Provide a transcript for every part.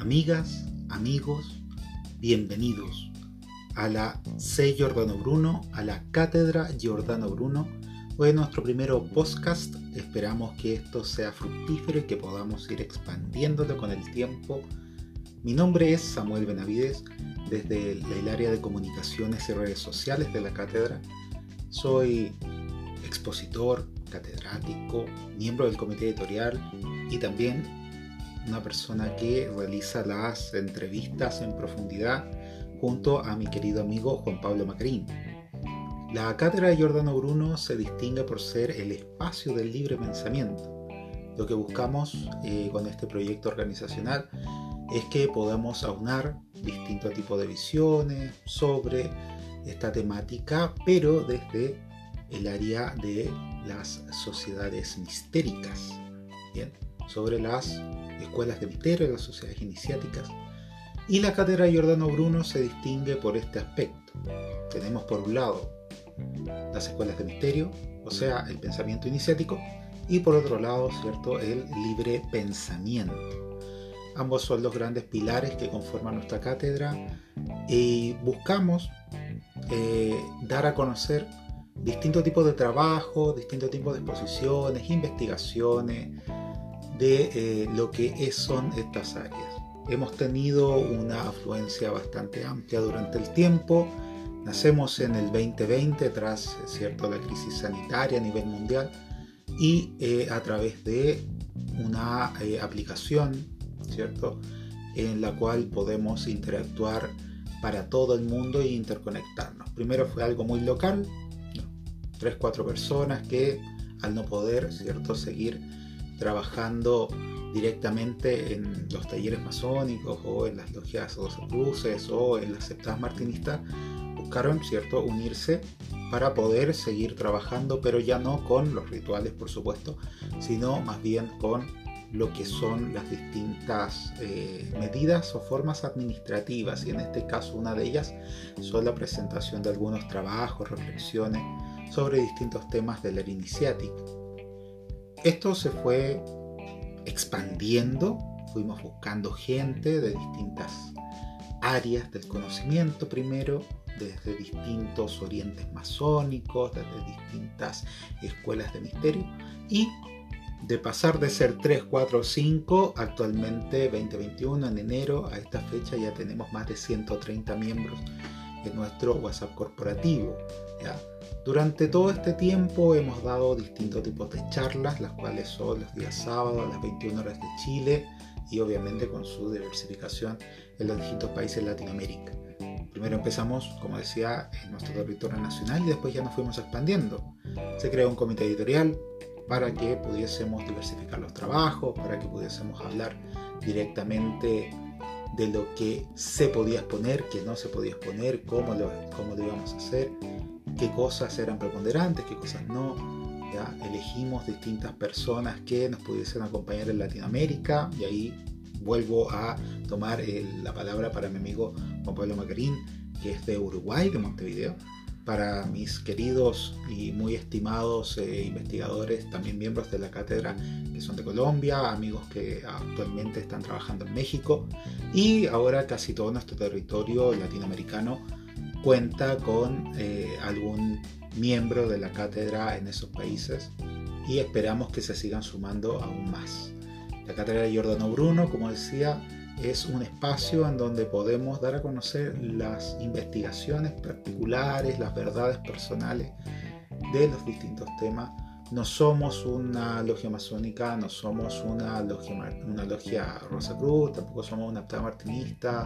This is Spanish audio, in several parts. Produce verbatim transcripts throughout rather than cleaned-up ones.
Amigas, amigos, bienvenidos a la C. Giordano Bruno, a la Cátedra Giordano Bruno. Hoy es nuestro primero podcast. Esperamos que esto sea fructífero y que podamos ir expandiéndolo con el tiempo. Mi nombre es Samuel Benavides, desde el área de comunicaciones y redes sociales de la Cátedra. Soy expositor, catedrático, miembro del comité editorial y también una persona que realiza las entrevistas en profundidad junto a mi querido amigo Juan Pablo Macarín. La Cátedra de Giordano Bruno se distingue por ser el espacio del libre pensamiento. Lo que buscamos eh, con este proyecto organizacional es que podamos aunar distintos tipos de visiones sobre esta temática, pero desde el área de las sociedades mistéricas, ¿bien? Sobre las escuelas de misterio, las sociedades iniciáticas. Y la Cátedra de Giordano Bruno se distingue por este aspecto. Tenemos por un lado las escuelas de misterio, o sea, el pensamiento iniciático, y por otro lado, ¿cierto?, el libre pensamiento. Ambos son los grandes pilares que conforman nuestra cátedra y buscamos eh, dar a conocer distintos tipos de trabajo, distintos tipos de exposiciones, investigaciones de eh, lo que es, son estas áreas. Hemos tenido una afluencia bastante amplia durante el tiempo. Nacemos en el veinte veinte tras ¿cierto? la crisis sanitaria a nivel mundial y eh, a través de una eh, aplicación, ¿cierto?, en la cual podemos interactuar para todo el mundo e interconectarnos. Primero fue algo muy local, ¿no? tres, cuatro personas que al no poder, ¿cierto?, seguir trabajando directamente en los talleres masónicos o en las logias doce cruces o en las septas martinistas, buscaron, ¿cierto?, unirse para poder seguir trabajando, pero ya no con los rituales, por supuesto, sino más bien con lo que son las distintas eh, medidas o formas administrativas, y en este caso una de ellas son la presentación de algunos trabajos, reflexiones sobre distintos temas del área iniciática. Esto se fue expandiendo, fuimos buscando gente de distintas áreas del conocimiento primero, desde distintos orientes masónicos, desde distintas escuelas de misterio, y de pasar de ser tres, cuatro, cinco, actualmente veinte veintiuno, en enero, a esta fecha ya tenemos más de ciento treinta miembros en nuestro WhatsApp corporativo, ¿ya? Durante todo este tiempo hemos dado distintos tipos de charlas, las cuales son los días sábados a las veintiuna horas de Chile y obviamente con su diversificación en los distintos países de Latinoamérica. Primero empezamos, como decía, en nuestro territorio nacional y después ya nos fuimos expandiendo. Se creó un comité editorial para que pudiésemos diversificar los trabajos, para que pudiésemos hablar directamente de lo que se podía exponer, que no se podía exponer, cómo lo, cómo lo íbamos a hacer, qué cosas eran preponderantes, qué cosas no. Ya elegimos distintas personas que nos pudiesen acompañar en Latinoamérica, y ahí vuelvo a tomar el, la palabra para mi amigo Juan Pablo Macarín, que es de Uruguay, de Montevideo, para mis queridos y muy estimados eh, investigadores, también miembros de la cátedra, que son de Colombia, amigos que actualmente están trabajando en México, y ahora casi todo nuestro territorio latinoamericano cuenta con eh, algún miembro de la cátedra en esos países, y esperamos que se sigan sumando aún más. La Cátedra de Giordano Bruno, como decía, es un espacio en donde podemos dar a conocer las investigaciones particulares, las verdades personales de los distintos temas. No somos una logia masónica, no somos una logia, una logia Rosacruz, tampoco somos una septa martinista,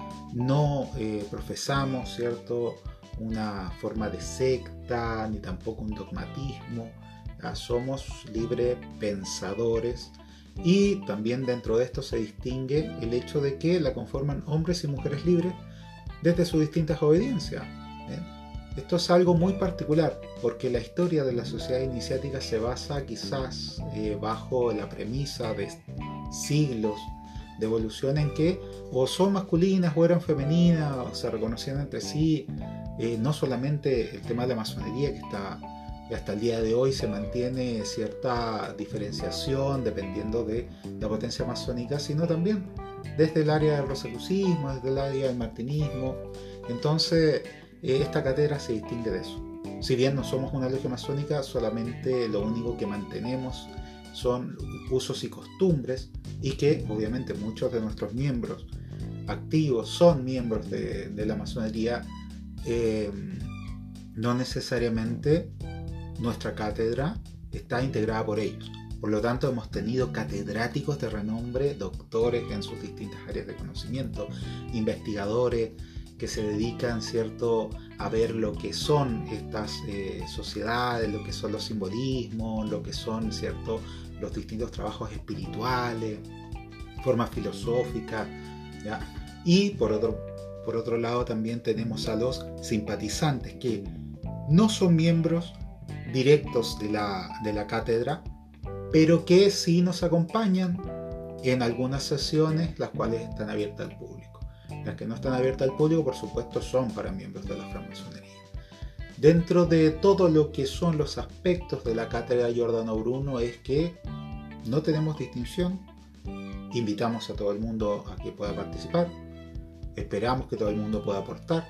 no eh, profesamos, ¿cierto?, una forma de secta, ni tampoco un dogmatismo. ¿Ya? Somos libre pensadores. Y también dentro de esto se distingue el hecho de que la conforman hombres y mujeres libres desde sus distintas obediencias. ¿Bien? Esto es algo muy particular porque la historia de la sociedad iniciática se basa quizás eh, bajo la premisa de siglos de evolución en que o son masculinas o eran femeninas, o se reconocían entre sí, eh, no solamente el tema de la masonería, que está y hasta el día de hoy se mantiene cierta diferenciación dependiendo de la potencia masónica, sino también desde el área del rosacrucismo, desde el área del martinismo. Entonces, eh, esta cátedra se distingue de eso. Si bien no somos una logia masónica, solamente lo único que mantenemos son usos y costumbres, y que obviamente muchos de nuestros miembros activos son miembros de, de la masonería. Eh, no necesariamente nuestra cátedra está integrada por ellos. Por lo tanto, hemos tenido catedráticos de renombre, doctores en sus distintas áreas de conocimiento, investigadores que se dedican, ¿cierto?, a ver lo que son estas eh, sociedades, lo que son los simbolismos, lo que son, ¿cierto?, los distintos trabajos espirituales, formas filosóficas, ¿ya? Y por otro, por otro lado también tenemos a los simpatizantes, que no son miembros directos de la, de la cátedra, pero que sí nos acompañan en algunas sesiones, las cuales están abiertas al público. Las que no están abiertas al público, por supuesto, son para miembros de la francmasonería. Dentro de todo lo que son los aspectos de la cátedra Giordano Bruno es que no tenemos distinción, invitamos a todo el mundo a que pueda participar, esperamos que todo el mundo pueda aportar.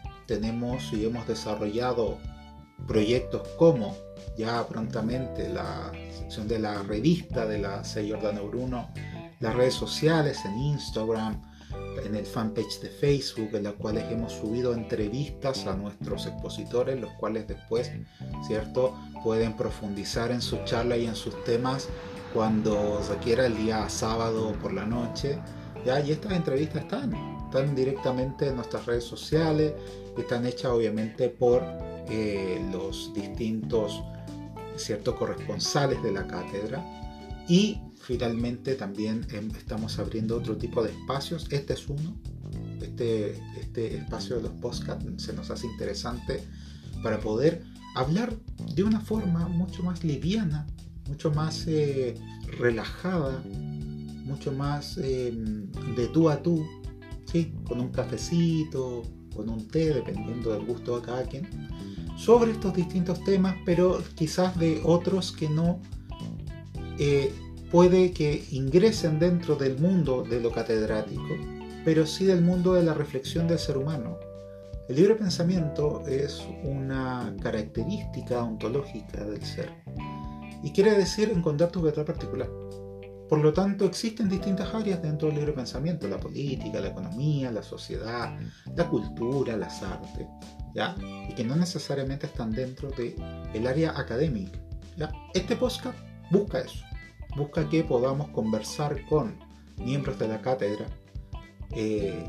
Tenemos y hemos desarrollado proyectos como ya prontamente la sección de la revista de la C. Giordano Bruno, las redes sociales en Instagram, en el fanpage de Facebook, en las cuales hemos subido entrevistas a nuestros expositores, los cuales después, ¿cierto?, pueden profundizar en su charla y en sus temas cuando se quiera, el día sábado por la noche, ¿ya? Y estas entrevistas están, están directamente en nuestras redes sociales, están hechas obviamente por eh, los distintos, ¿cierto?, corresponsales de la cátedra. Y finalmente también eh, estamos abriendo otro tipo de espacios. Este es uno, este, este espacio de los podcasts se nos hace interesante para poder hablar de una forma mucho más liviana, mucho más eh, relajada, mucho más eh, de tú a tú, ¿sí?, con un cafecito, con un té, dependiendo del gusto de cada quien, sobre estos distintos temas, pero quizás de otros que no eh, puede que ingresen dentro del mundo de lo catedrático, pero sí del mundo de la reflexión del ser humano. El libre pensamiento es una característica ontológica del ser y quiere decir encontrar tu verdad particular. Por lo tanto, existen distintas áreas dentro del libre pensamiento: la política, la economía, la sociedad, la cultura, las artes, ¿ya? Y que no necesariamente están dentro del área académica, ¿ya? Este podcast busca eso, busca que podamos conversar con miembros de la cátedra eh,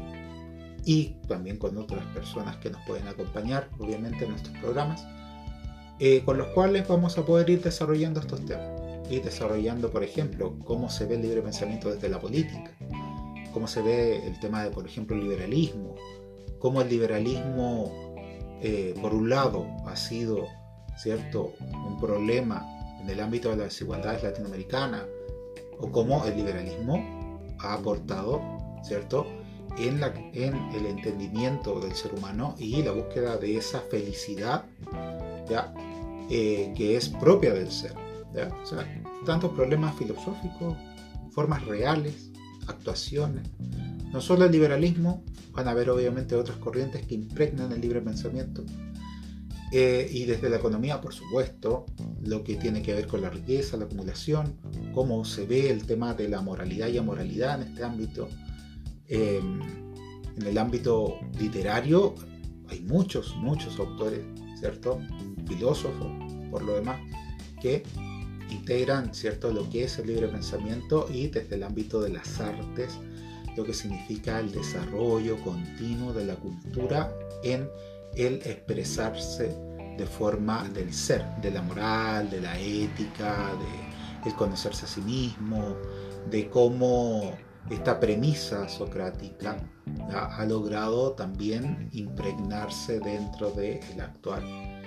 y también con otras personas que nos pueden acompañar, obviamente, en nuestros programas, eh, con los cuales vamos a poder ir desarrollando estos temas. Ir desarrollando, por ejemplo, cómo se ve el libre pensamiento desde la política, cómo se ve el tema de, por ejemplo, el liberalismo, cómo el liberalismo, eh, por un lado, ha sido, ¿cierto?, un problema en el ámbito de las desigualdades latinoamericanas, o cómo el liberalismo ha aportado, ¿cierto?, en, la, en el entendimiento del ser humano y la búsqueda de esa felicidad, ¿ya?, eh, que es propia del ser, ¿ya? O sea, tantos problemas filosóficos, formas reales, actuaciones. No solo el liberalismo, van a haber obviamente otras corrientes que impregnan el libre pensamiento. Eh, y desde la economía, por supuesto, lo que tiene que ver con la riqueza, la acumulación, cómo se ve el tema de la moralidad y amoralidad en este ámbito. Eh, en el ámbito literario hay muchos, muchos autores, ¿cierto?, filósofos, por lo demás, que integran, ¿cierto?, lo que es el libre pensamiento, y desde el ámbito de las artes, lo que significa el desarrollo continuo de la cultura en el expresarse de forma del ser, de la moral, de la ética, de el conocerse a sí mismo, de cómo esta premisa socrática ha, ha logrado también impregnarse dentro del actual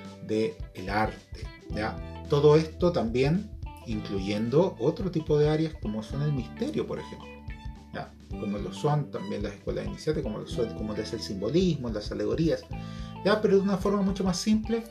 del arte, ¿ya? Todo esto también incluyendo otro tipo de áreas como son el misterio, por ejemplo, ¿ya?, como lo son también las escuelas de iniciación, como lo son, como es el simbolismo, las alegorías, ¿ya?, pero de una forma mucho más simple,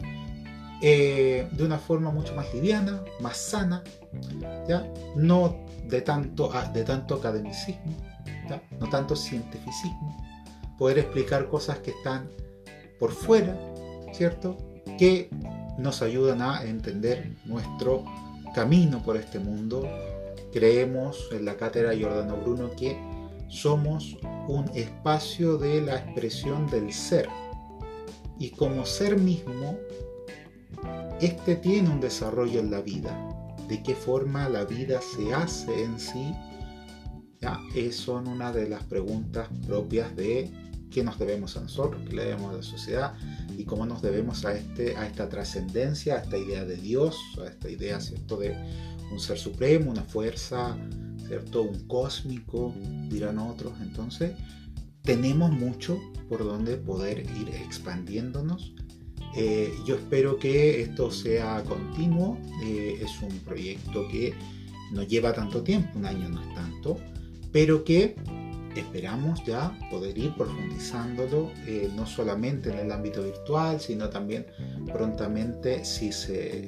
eh, de una forma mucho más liviana, más sana, ¿ya?, no de tanto, de tanto academicismo, ¿ya? No tanto cientificismo, poder explicar cosas que están por fuera, ¿cierto? Que nos ayudan a entender nuestro camino por este mundo. Creemos en la Cátedra Giordano Bruno que somos un espacio de la expresión del ser, y como ser mismo, este tiene un desarrollo en la vida. De qué forma la vida se hace en sí, ya, es, son una de las preguntas propias de qué nos debemos a nosotros, qué le debemos a la sociedad y cómo nos debemos a, este, a esta trascendencia, a esta idea de Dios, a esta idea, ¿cierto?, de un ser supremo, una fuerza, ¿cierto?, un cósmico, dirán otros. Entonces, tenemos mucho por donde poder ir expandiéndonos. Eh, yo espero que esto sea continuo. Eh, es un proyecto que no lleva tanto tiempo, un año no es tanto, pero que esperamos ya poder ir profundizándolo, eh, no solamente en el ámbito virtual, sino también prontamente si se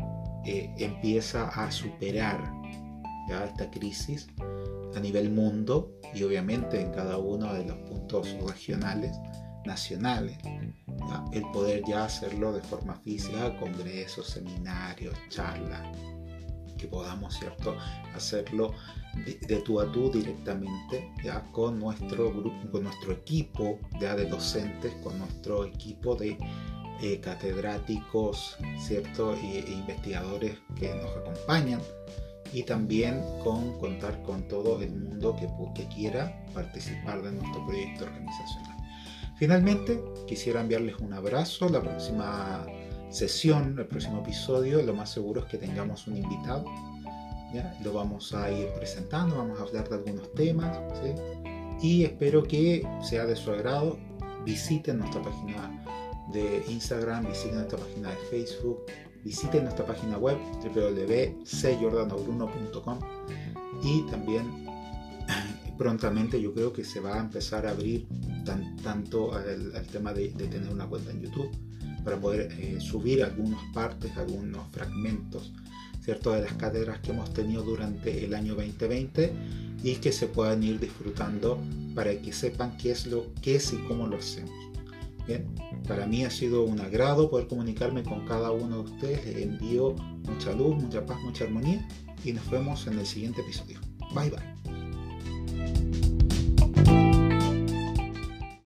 eh, empieza a superar ya esta crisis a nivel mundo y obviamente en cada uno de los puntos regionales, nacionales, ¿ya? El poder ya hacerlo de forma física, congresos, seminarios, charlas, que podamos, ¿cierto?, hacerlo de, de tú a tú directamente, ya con nuestro grupo, con nuestro equipo ya de docentes, con nuestro equipo de eh, catedráticos, ¿cierto?, e, e investigadores que nos acompañan, y también con contar con todo el mundo que, que quiera participar de nuestro proyecto organizacional. Finalmente, quisiera enviarles un abrazo. La próxima sesión, el próximo episodio, lo más seguro es que tengamos un invitado, ¿ya? Lo vamos a ir presentando, vamos a hablar de algunos temas, ¿sí? Y espero que sea de su agrado. Visiten nuestra página de Instagram, visiten nuestra página de Facebook, visiten nuestra página web doble u doble u doble u punto c giordano bruno punto com, y también prontamente yo creo que se va a empezar a abrir tan, tanto el, el tema de, de tener una cuenta en YouTube para poder eh, subir algunas partes, algunos fragmentos, ¿cierto?, de las cátedras que hemos tenido durante el año veinte veinte y que se puedan ir disfrutando para que sepan qué es, lo, qué es y cómo lo hacemos. Bien, para mí ha sido un agrado poder comunicarme con cada uno de ustedes. Les envío mucha luz, mucha paz, mucha armonía y nos vemos en el siguiente episodio. Bye bye.